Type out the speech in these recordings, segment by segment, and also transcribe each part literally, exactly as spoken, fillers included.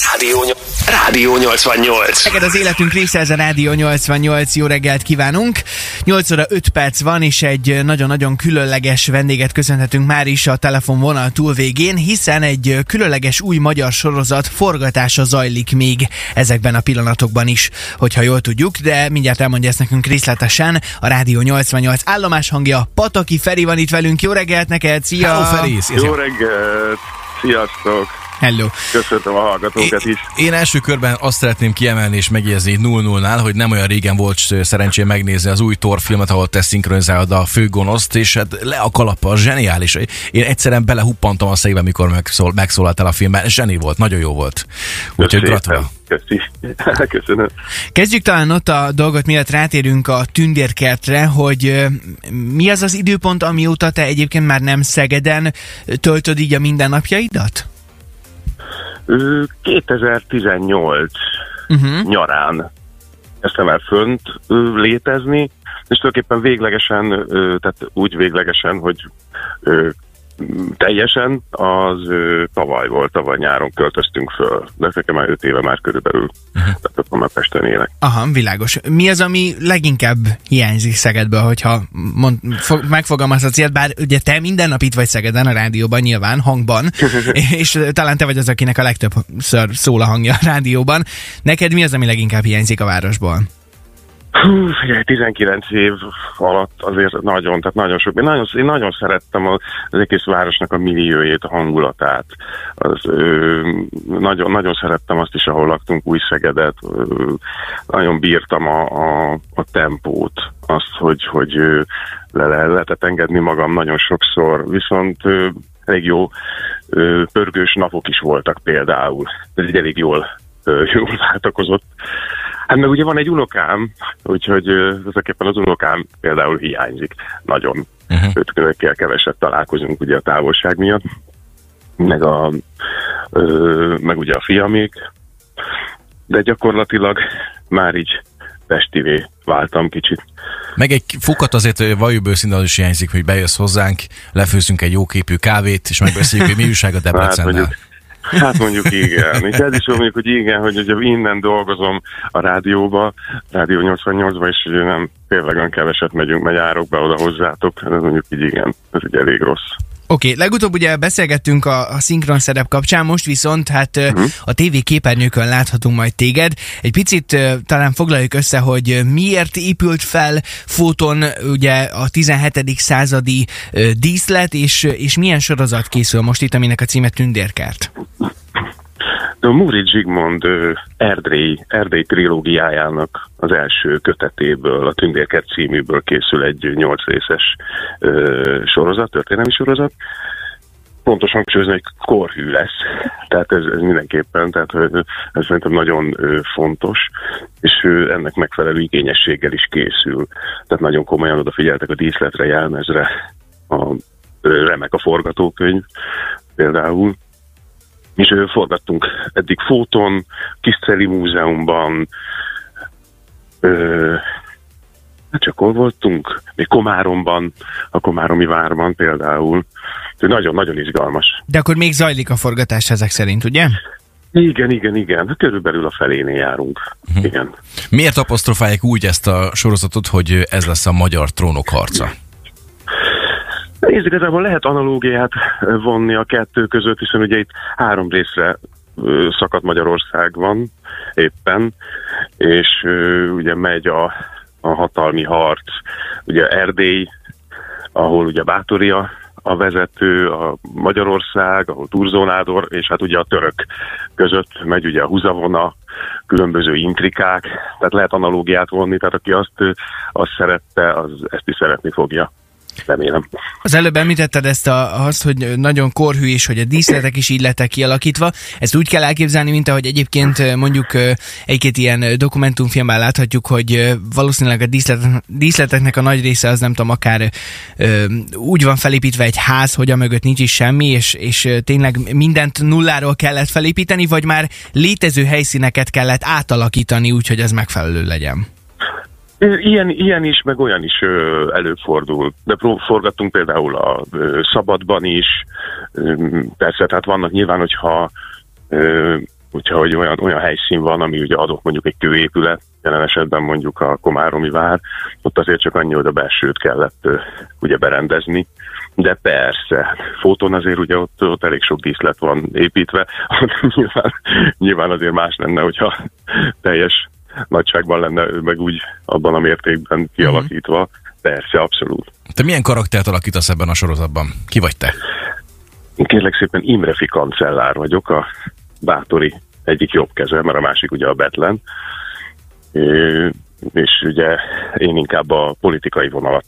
Rádió, Rádió nyolcvannyolc. Neked az életünk része, ez a Rádió nyolcvannyolc. Jó reggelt kívánunk! nyolc óra öt perc van, és egy nagyon-nagyon különleges vendéget köszönhetünk már is a telefonvonal túlvégén, hiszen egy különleges új magyar sorozat forgatása zajlik még ezekben a pillanatokban is, hogyha jól tudjuk, de mindjárt elmondja ezt nekünk részletesen a Rádió nyolcvannyolc állomás hangja. Pataki Feri van itt velünk. Jó reggelt neked! Szia! Hello, Feri! Jó reggelt! Sziasztok! Hello. Köszöntöm a hallgatókat is. Én, én első körben azt szeretném kiemelni és megjegyezni nulla nullnál, hogy nem olyan régen volt szerencsém megnézni az új Thor filmet, ahol te szinkronizálod a főgonoszt, és hát le a kalappa, zseniális. Én egyszerűen belehuppantam a székbe, mikor megszól, megszólaltál a filmben. Zseni volt, nagyon jó volt. Úgyhogy gratulálok. Köszönöm. Kezdjük talán ott a dolgot, miatt rátérünk a Tündérkertre, hogy mi az az időpont, amióta te egyébként már nem Szegeden töltöd így a mindennapjaidat? kétezer-tizennyolc Uh-huh. nyarán kezdtem el fönt ö, létezni, és tulajdonképpen véglegesen, ö, tehát úgy véglegesen, hogy ö, teljesen az ö, tavaly volt, tavaly nyáron költöztünk föl, de nekem már öt éve már körülbelül, uh-huh. tehát akkor már Pesten élek. Aha, világos. Mi az, ami leginkább hiányzik Szegedből, hogyha mond, fog, megfogalmazhatsz ilyet, bár ugye te minden nap itt vagy Szegeden, a rádióban nyilván, hangban, és talán te vagy az, akinek a legtöbbször szól a hangja a rádióban. Neked mi az, ami leginkább hiányzik a városból? Hú, figyelj, tizenkilenc év alatt azért nagyon, tehát nagyon sok. Én nagyon, én nagyon szerettem az, az egész városnak a milliójét, a hangulatát. Az, ö, nagyon, nagyon szerettem azt is, ahol laktunk, Új-Szegedet. Ö, nagyon bírtam a, a, a tempót, azt, hogy, hogy ö, le, le lehetett engedni magam nagyon sokszor, viszont ö, elég jó ö, pörgős napok is voltak például. Ez így elég jól, ö, jól váltakozott. Hát meg ugye van egy unokám, úgyhogy ezekképpen az unokám például hiányzik. Nagyon. Uh-huh. Ötkövekkel keveset találkozunk ugye a távolság miatt. Meg, a, ö, meg ugye a fiamék. De gyakorlatilag már így pestivé váltam kicsit. Meg egy fokat azért valljuk őszintén az is hiányzik, hogy bejössz hozzánk, lefőzünk egy jóképű kávét, és megbeszéljük, hogy mi újság a Debrecennel. Hát, Hát mondjuk igen. És ez is mondjuk, hogy igen, hogy ugye innen dolgozom a rádióba, Rádió nyolcvannyolcba, és ugye nem tényleg olyan keveset megyünk, megy járok be oda hozzátok, ez mondjuk így igen, ez így elég rossz. Oké, okay, legutóbb ugye beszélgettünk a, a szinkron szerep kapcsán, most viszont hát uh-huh. a tévé képernyőkön láthatunk majd téged. Egy picit uh, talán foglaljuk össze, hogy miért épült fel Fóton ugye a tizenhetedik századi uh, díszlet, és, és milyen sorozat készül most itt, aminek a címe Tündérkert? A Móricz Zsigmond uh, Erdély, Erdély trilógiájának az első kötetéből, a Tündérkert címűből készül egy nyolc részes uh, sorozat, történelmi sorozat. Pontos hangsúlyozni, hogy korhű lesz, tehát ez, ez mindenképpen, tehát ez szerintem nagyon uh, fontos, és uh, ennek megfelelő igényességgel is készül. Tehát nagyon komolyan odafigyeltek a díszletre, jelmezre, a, uh, remek a forgatókönyv például. És uh, forgattunk eddig Fóton, Kiszceli Múzeumban, uh, csak hol voltunk? Még Komáromban, a Komáromi várban például. Nagyon-nagyon izgalmas. De akkor még zajlik a forgatás ezek szerint, ugye? Igen, igen, igen. Körülbelül a felénél járunk. Uh-huh. Igen. Miért apostrofálják úgy ezt a sorozatot, hogy ez lesz a magyar trónok harca? Nézd, igazából lehet analógiát vonni a kettő között, hiszen ugye itt három részre szakadt Magyarország van éppen, és ugye megy a, a hatalmi harc, ugye Erdély, ahol ugye Báthori a, a vezető, a Magyarország, ahol Thurzó Nádor, és hát ugye a török között megy ugye a húzavona, különböző intrikák, tehát lehet analógiát vonni, tehát aki azt, azt szerette, az ezt is szeretni fogja. Remélem. Az előbb említetted ezt a, azt, hogy nagyon korhű, és hogy a díszletek is így lettek kialakítva. Ezt úgy kell elképzelni, mint ahogy egyébként mondjuk egy-két ilyen dokumentumfilmben láthatjuk, hogy valószínűleg a díszlet, díszleteknek a nagy része az nem tudom, akár ö, úgy van felépítve egy ház, hogy a mögött nincs is semmi, és, és tényleg mindent nulláról kellett felépíteni, vagy már létező helyszíneket kellett átalakítani úgy, hogy az megfelelő legyen. Ilyen, ilyen is, meg olyan is ö, előfordul. De forgattunk például a ö, Szabadban is. Ö, persze, tehát vannak nyilván, hogyha, ö, hogyha hogyha hogy olyan, olyan helyszín van, ami ugye adott mondjuk egy kőépület, jelen esetben mondjuk a Komáromi vár, ott azért csak annyi, hogy a belsőt kellett uh, ugye berendezni, de persze, Fóton azért ugye ott, ott elég sok díszlet van építve, nyilván, nyilván azért más lenne, hogyha teljes nagyságban lenne, meg úgy abban a mértékben kialakítva, mm-hmm. Persze, abszolút. Te milyen karaktert alakítasz ebben a sorozatban? Ki vagy te? Én kérlek szépen Imrefi kancellár vagyok, a Báthori egyik jobb keze, mert a másik ugye a Betlen. És ugye én inkább a politikai vonalat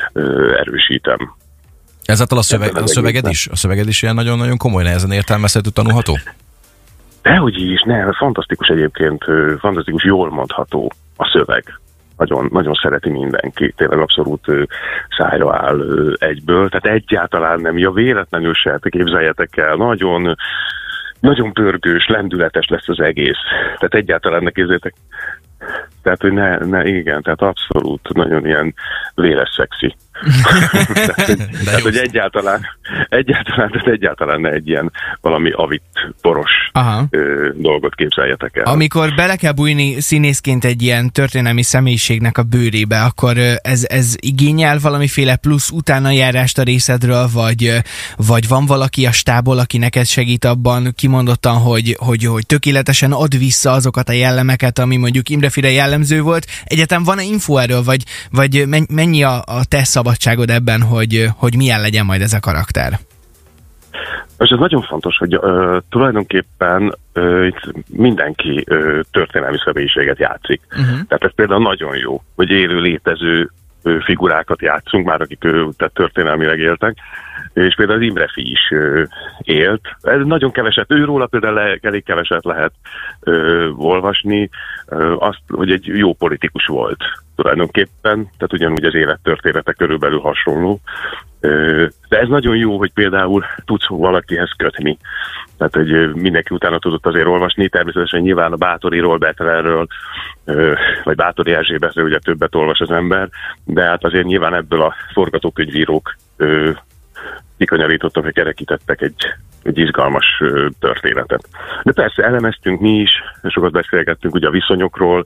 erősítem. Ezáltal a, szöveg, a szöveged is? A szöveged is ilyen nagyon-nagyon komoly, nehezen értelmezhető, tanulható? Dehogy is, ne, fantasztikus egyébként, fantasztikus, jól mondható a szöveg. Nagyon, nagyon szereti mindenki, tényleg abszolút szájra áll egyből, tehát egyáltalán nem, ja véletlenül se, képzeljetek el, nagyon, nagyon pörgős, lendületes lesz az egész, tehát egyáltalán ne képzeljétek, tehát hogy ne, ne, igen, tehát abszolút nagyon ilyen véres szexi. tehát, tehát hogy egyáltalán, egyáltalán, tehát egyáltalán ne egy ilyen valami avitt poros ö, dolgot képzeljetek el. Amikor bele kell bújni színészként egy ilyen történelmi személyiségnek a bőrébe, akkor ez, ez igényel valamiféle plusz utánajárást a részedről, vagy, vagy van valaki a stából, aki neked segít abban kimondottan, hogy, hogy, hogy tökéletesen ad vissza azokat a jellemeket, ami mondjuk Imrefire jellemző volt. Egyetem van-e info erről, vagy, vagy mennyi a, a te szabadságod ebben, hogy, hogy milyen legyen majd ez a karakter? Most ez nagyon fontos, hogy uh, tulajdonképpen uh, itt mindenki uh, történelmi személyiséget játszik. Uh-huh. Tehát ez például nagyon jó, hogy élő létező uh, figurákat játszunk, már akik uh, tehát történelmileg éltek, és például az Imrefi is uh, élt. Ez nagyon keveset, őróla például le, elég keveset lehet uh, olvasni, uh, azt, hogy egy jó politikus volt tulajdonképpen, tehát ugyanúgy az élettörténete körülbelül hasonló. De ez nagyon jó, hogy például tudsz valakihez kötni. Tehát, hogy mindenki utána tudott azért olvasni, természetesen nyilván a Báthoriról, Betlenről, vagy Báthori Erzsébetről ugye többet olvas az ember, de hát azért nyilván ebből a forgatókönyvírók kikanyarítottak, hogy kerekítettek egy, egy izgalmas történetet. De persze elemeztünk mi is, sokat beszélgettünk ugye a viszonyokról,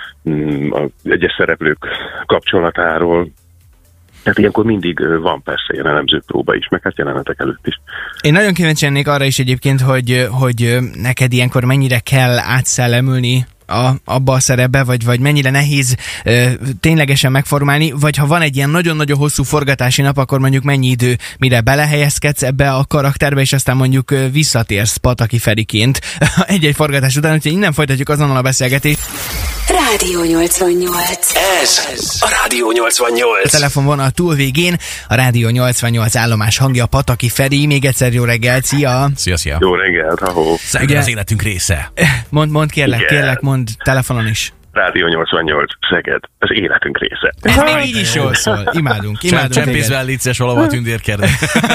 az egyes szereplők kapcsolatáról. Tehát ilyenkor mindig van persze ilyen elemzőpróba is, meg hát jelenetek előtt is. Én nagyon kíváncsi lennék arra is egyébként, hogy, hogy neked ilyenkor mennyire kell átszellemülni a, abba a szerepbe, vagy, vagy mennyire nehéz ö, ténylegesen megformálni, vagy ha van egy ilyen nagyon-nagyon hosszú forgatási nap, akkor mondjuk mennyi idő, mire belehelyezkedsz ebbe a karakterbe, és aztán mondjuk ö, visszatérsz Pataki Feriként egy-egy forgatás után, úgyhogy innen folytatjuk azonnal a beszélgetést. Rádió nyolcvannyolc. Ez a Rádió nyolcvannyolc. A telefonvonal túlvégén a Rádió nyolcvannyolc állomás hangja Pataki Feri. Még egyszer jó reggelt, szia! Szia, szia! Jó reggelt, ahó! Szegény az életünk része. Mond, mond kérlek, Igen. kérlek, mond telefonon is. Rádió nyolcvannyolc, Szeged, az életünk része. Ez még így is jól szól. Imádunk, imádunk. Csempészvel licces valahol a tündérkerden.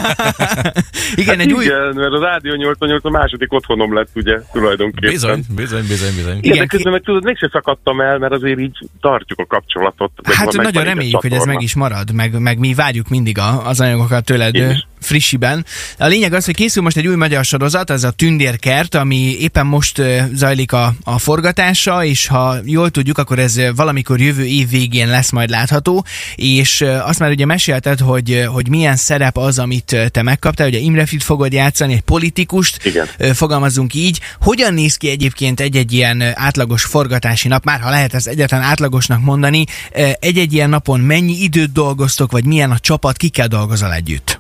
Igen, hát egy új... Igen, mert a Rádió nyolcvannyolc a második otthonom lett, ugye, tulajdonképpen. Bizony, bizony, bizony, bizony. Igen, Igen, de közben meg tudod, mégsem szakadtam el, mert azért így tartjuk a kapcsolatot. Hát meg nagyon reméljük, hogy ez meg is marad, meg, meg mi várjuk mindig a, az anyagokat tőled frissiben. A lényeg az, hogy készül most egy új magyar sorozat, ez a Tündérkert, ami éppen most zajlik a, a forgatása, és ha jól tudjuk, akkor ez valamikor jövő év végén lesz majd látható, és azt már ugye mesélted, hogy, hogy milyen szerep az, amit te megkaptál, ugye Imrefit fogod játszani, egy politikust, igen. Fogalmazunk így. Hogyan néz ki egyébként egy-egy ilyen átlagos forgatási nap, már ha lehet ezt egyáltalán átlagosnak mondani, egy-egy ilyen napon mennyi időt dolgoztok, vagy milyen a csapat, kikkel dolgozol együtt?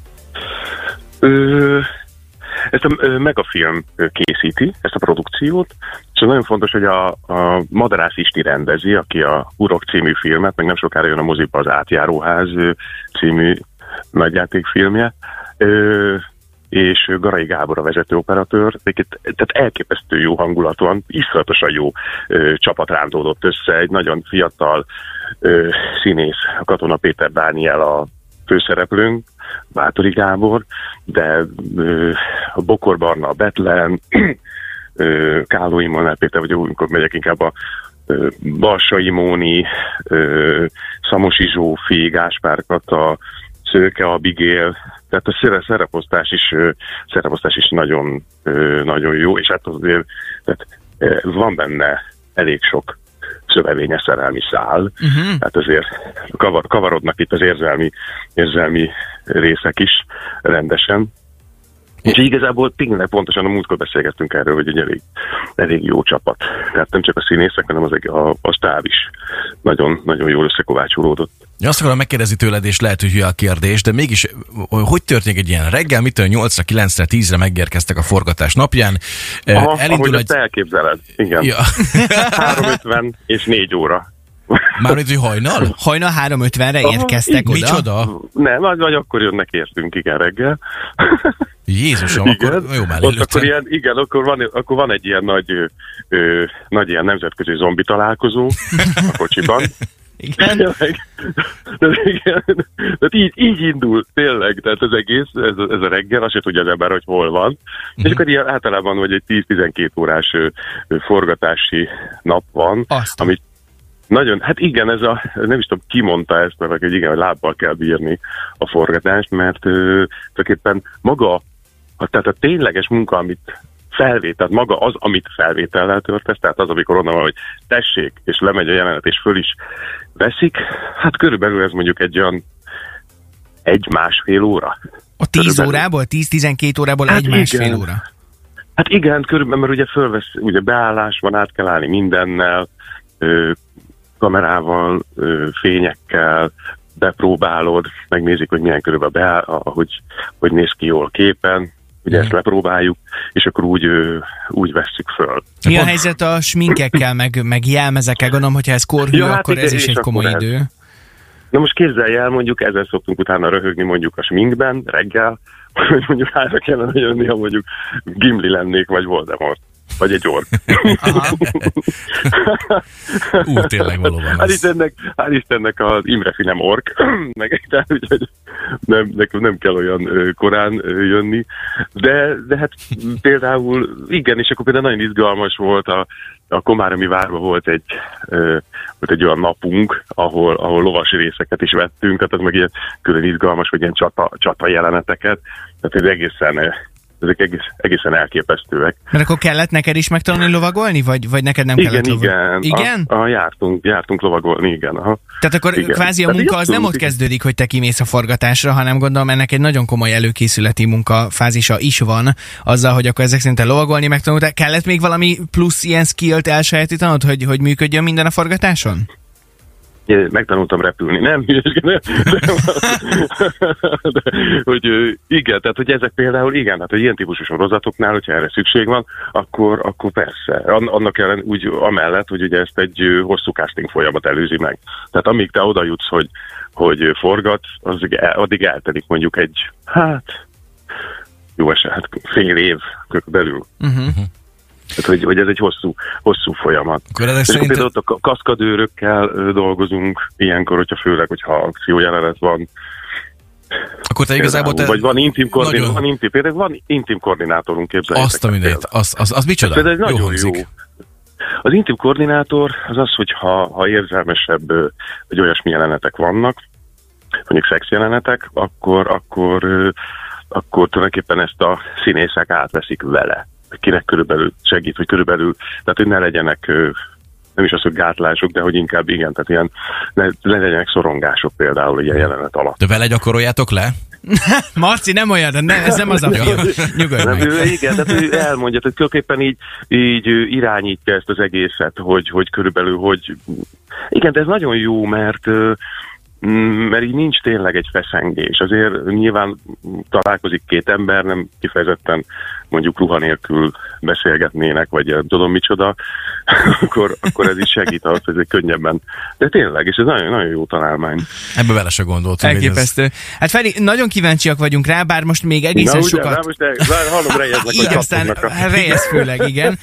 Ö, ezt a Megafilm készíti, ezt a produkciót, és nagyon fontos, hogy a, a Madarász Isti rendezi, aki a Urok című filmet, meg nem sokára jön a moziba az Átjáróház című nagyjátékfilmje, ö, és Garai Gábor a vezető operatőr, tehát elképesztő jó hangulatúan, iszonyatosan jó ö, csapat rándódott össze, egy nagyon fiatal ö, színész, a Katona Péter Dániel a főszereplőnk, Báthori Gábor, de ö, a Bokor Barna a Betlen, ö, Káló Imonál Péter, vagy amikor megyek inkább a ö, Balsai Móni, ö, Szamosi Zsófi, Gáspár Kata, Szőke Abigail, tehát a szereposztás is, szereposztás is nagyon, nagyon jó, és hát azért tehát van benne elég sok szövevényes szerelmi szál, uh-huh. tehát azért kavar, kavarodnak itt az érzelmi, érzelmi részek is rendesen. Úgyhogy igazából tényleg pontosan a múltkor beszélgettünk erről, hogy egy elég, elég jó csapat. Tehát nem csak a színészek, hanem az, a, a stáb is nagyon, nagyon jól összekovácsolódott. Ja, azt akarom megkérdezni tőled, és lehet, hogy hülye a kérdés, de mégis hogy történik egy ilyen reggel, mitől nyolcra, kilencre, tízre megérkeztek a forgatás napján? Aha, elindul ahogy egy... ezt elképzeled. Igen. Ja. három ötven és négy óra. Mármint, hogy hajnal? Hajnal három ötvenre érkeztek oda? Micsoda? Nem, vagy, vagy akkor jönnek értünk, igen, reggel. Jézusom, igen. Akkor jó már ott akkor ilyen, igen, akkor van, akkor van egy ilyen nagy, ö, nagy ilyen nemzetközi zombi találkozó a kocsiban. Igen. De, igen. De így, így indul tényleg, tehát az egész, ez, a, ez a reggel, azt se tudja az ember, hogy hol van. Uh-huh. És akkor ilyen általában vagy egy tíz-tizenkét órás ö, ö, forgatási nap van, Azt. amit nagyon, hát igen, ez a, nem is tudom, ki mondta ezt, mert hogy igen, hogy lábbal kell bírni a forgatást, mert ö, tulajdonképpen maga, a, tehát a tényleges munka, amit felvétel, maga az, amit felvétellel történt, tehát az, amikor onnan van, hogy tessék, és lemegy a jelenet, és föl is veszik, hát körülbelül ez mondjuk egy olyan egy-másfél óra. A tíz körülbelül. Órából, tíz-tizenkét órából hát egy-másfél óra? Hát igen, körülbelül, mert ugye fölvesz, ugye beállás van, át kell állni mindennel, ö, kamerával, ö, fényekkel, bepróbálod, megnézik, hogy milyen körülbelül beáll, hogy, hogy néz ki jól képen, ugye mm. ezt lepróbáljuk, és akkor úgy, úgy vesszük föl. Mi a helyzet a sminkekkel, meg, meg jelmezekkel? Gondolom, hogyha ez korhű, ja, akkor hát ez is egy komoly idő. Ez. Na most képzelj el, mondjuk ezzel szoktunk utána röhögni mondjuk a sminkben, reggel, hogy mondjuk hátra kellene jönni, ha mondjuk Gimli lennék, vagy Voldemort. Vagy egy ork. Ú, tényleg valóban. Hál' Istennek, hál' Istennek az Imrefi nem ork, meg tehát, úgyhogy nem, nekem nem kell olyan korán jönni. De, de hát például, igen, és akkor például nagyon izgalmas volt, a, a Komáromi várban volt egy, volt egy olyan napunk, ahol, ahol lovas részeket is vettünk, tehát az meg ilyen külön izgalmas, hogy ilyen csata, csata jeleneteket, tehát ez egészen ezek egész, egészen elképesztőek. Mert akkor kellett neked is megtanulni lovagolni, vagy, vagy neked nem igen, kellett lovagolni? Igen, igen. A, a, jártunk, jártunk lovagolni, igen. Aha. Tehát akkor igen. Kvázi a munka Tehát az nem ott kezdődik, hogy te kimész a forgatásra, hanem gondolom ennek egy nagyon komoly előkészületi munkafázisa is van, azzal, hogy akkor ezek szerint te lovagolni megtanultál. Kellett még valami plusz ilyen skillt elsajátítanod, hogy, hogy működjön minden a forgatáson? Megtanultam repülni, nem? nem, nem de, hogy igen, tehát hogy ezek például igen, hát hogy ilyen típusú sorozatoknál, hogyha erre szükség van, akkor, akkor persze. Annak ellen úgy amellett, hogy ugye ezt egy hosszú casting folyamat előzi meg. Tehát amíg te oda jutsz, hogy, hogy forgatsz, az, addig eltelik mondjuk egy, hát jó eset, hát fél év belül. Uh-huh. Tehát, hogy, hogy ez egy hosszú, hosszú folyamat. Akkor és szerint... például ott a kaszkadőrökkel dolgozunk ilyenkor, hogyha főleg, hogyha akciójelenet van. Akkor te igazából te... Vagy van intim koordinátor, nagyon... van intim, például van intim koordinátorunk, képzeljétek. Azt a mindent, az, az, az micsoda? Ez nagyon jó, jó. Az intim koordinátor az az, hogy ha, ha érzelmesebb, vagy olyasmi jelenetek vannak, mondjuk szex jelenetek, akkor, akkor, akkor tulajdonképpen ezt a színészek átveszik vele. Kinek körülbelül segít, hogy körülbelül, tehát hogy ne legyenek, nem is az, hogy gátlások, de hogy inkább igen, tehát ilyen, ne, ne legyenek szorongások például ilyen jelenet alatt. De vele gyakoroljátok le? Marci, nem olyan, de ne, ez nem az a film. Nyugodj meg. Ő, igen, tehát ő elmondja, hogy tulajdonképpen így, így irányítja ezt az egészet, hogy, hogy körülbelül, hogy igen, de ez nagyon jó, mert mert így nincs tényleg egy feszengés. Azért nyilván találkozik két ember, nem kifejezetten mondjuk ruha nélkül beszélgetnének, vagy nem tudom micsoda, akkor, akkor ez is segít ahhoz, hogy ez könnyebben. De tényleg, és ez nagyon, nagyon jó találmány. Ebbe vele se gondoltam. Elképesztő. Ez... Hát Feri, nagyon kíváncsiak vagyunk rá, bár most még egészen Na, sokat... Na most hallom, rejeznek, így aztán a... rejez főleg, igen.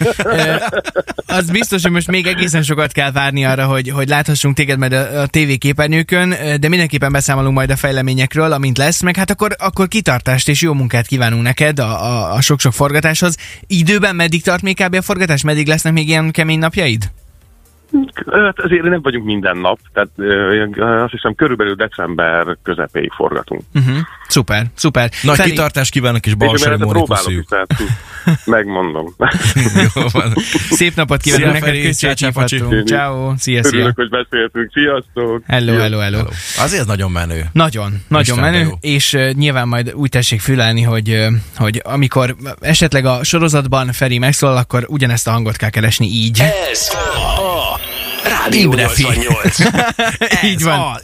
Az biztos, hogy most még egészen sokat kell várni arra, hogy, hogy láthassunk téged majd a, a tévéképernyőkön, de mindenképpen beszámolunk majd a fejleményekről, amint lesz, meg hát akkor, akkor kitartást és jó munkát kívánunk neked a, a, a sok-sok forgatáshoz. Időben meddig tart még kb. A forgatás? Meddig lesznek még ilyen kemény napjaid? Hát azért nem vagyunk minden nap, tehát ö, azt hiszem körülbelül december közepéig forgatunk. Uh-huh. Szuper, szuper. Nagy Feri... kitartást kívánok, és balsai Móri megmondom. Jó van. Szép napot kívánok neked, köszönjük, hogy hívhattunk. Ciao, szia, szia. Örülök, hogy beszéltünk, sziasztok. Hello, hello, hello. Azért nagyon menő. Nagyon, nagyon Isten menő, jó. és uh, nyilván majd úgy tessék fülelni, hogy, uh, hogy amikor esetleg a sorozatban Feri megszólal, akkor ugyanezt a hangot kell keresni így. Ez a Rádió nyolcvannyolc. Így van.